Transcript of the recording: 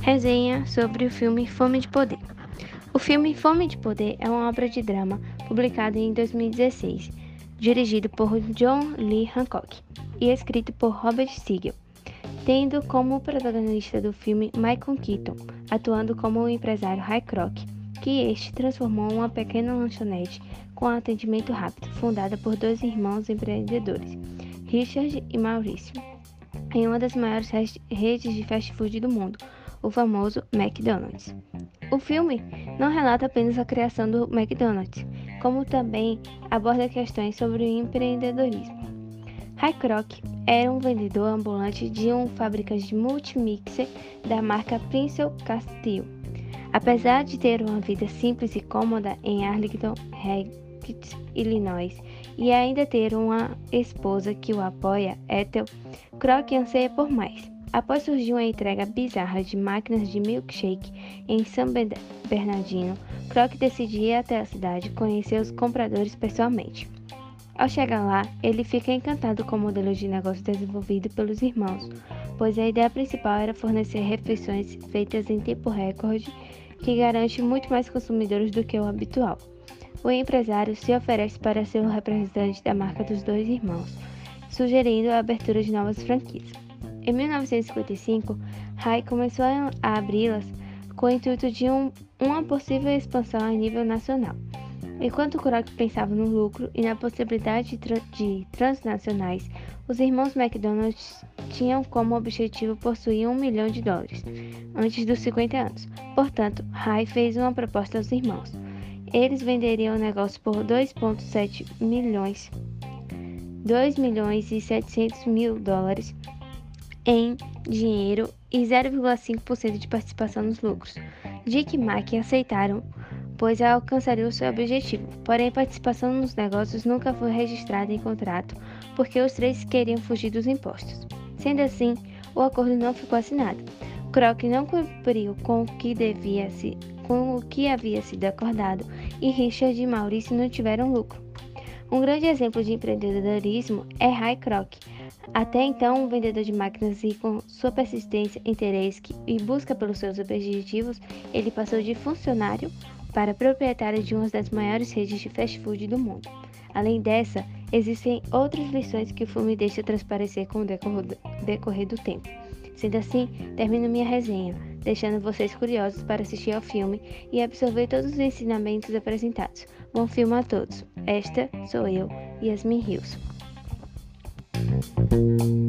Resenha sobre o filme Fome de Poder. O filme Fome de Poder é uma obra de drama publicada em 2016, dirigido por John Lee Hancock e escrito por Robert Siegel, tendo como protagonista do filme Michael Keaton, atuando como o empresário Ray Kroc, que este transformou uma pequena lanchonete com atendimento rápido, fundada por dois irmãos empreendedores, Richard e Mauricio, em uma das maiores redes de fast food do mundo, o famoso McDonald's. O filme não relata apenas a criação do McDonald's, como também aborda questões sobre o empreendedorismo. Ray Kroc era um vendedor ambulante de um fabricante de multimixer da marca Prince Castile. Apesar de ter uma vida simples e cômoda em Arlington Heights, Illinois, e ainda ter uma esposa que o apoia, Ethel, Kroc anseia por mais. Após surgir uma entrega bizarra de máquinas de milkshake em São Bernardino, Kroc decide ir até a cidade conhecer os compradores pessoalmente. Ao chegar lá, ele fica encantado com o modelo de negócio desenvolvido pelos irmãos, pois a ideia principal era fornecer refeições feitas em tempo recorde, que garante muito mais consumidores do que o habitual. O empresário se oferece para ser o representante da marca dos dois irmãos, sugerindo a abertura de novas franquias. Em 1955, Ray começou a abri-las com o intuito de uma possível expansão a nível nacional. Enquanto Kroc pensava no lucro e na possibilidade de transnacionais, os irmãos McDonald's tinham como objetivo possuir $1 milhão antes dos 50 anos. Portanto, Ray fez uma proposta aos irmãos. Eles venderiam o negócio por $2,7 milhões, $2,7 milhões em dinheiro e 0,5% de participação nos lucros. Dick e Mack aceitaram, pois alcançariam seu objetivo. Porém, a participação nos negócios nunca foi registrada em contrato, porque os três queriam fugir dos impostos. Sendo assim, o acordo não ficou assinado. Kroc não cumpriu com o que havia sido acordado, e Richard e Mauricio não tiveram lucro. Um grande exemplo de empreendedorismo é Ray Kroc. Até então, um vendedor de máquinas, e com sua persistência, interesse e busca pelos seus objetivos, ele passou de funcionário para proprietário de uma das maiores redes de fast food do mundo. Além dessa, existem outras lições que o filme deixa transparecer com o decorrer do tempo. Sendo assim, termino minha resenha, deixando vocês curiosos para assistir ao filme e absorver todos os ensinamentos apresentados. Bom filme a todos. Esta sou eu, Yasmin Rios.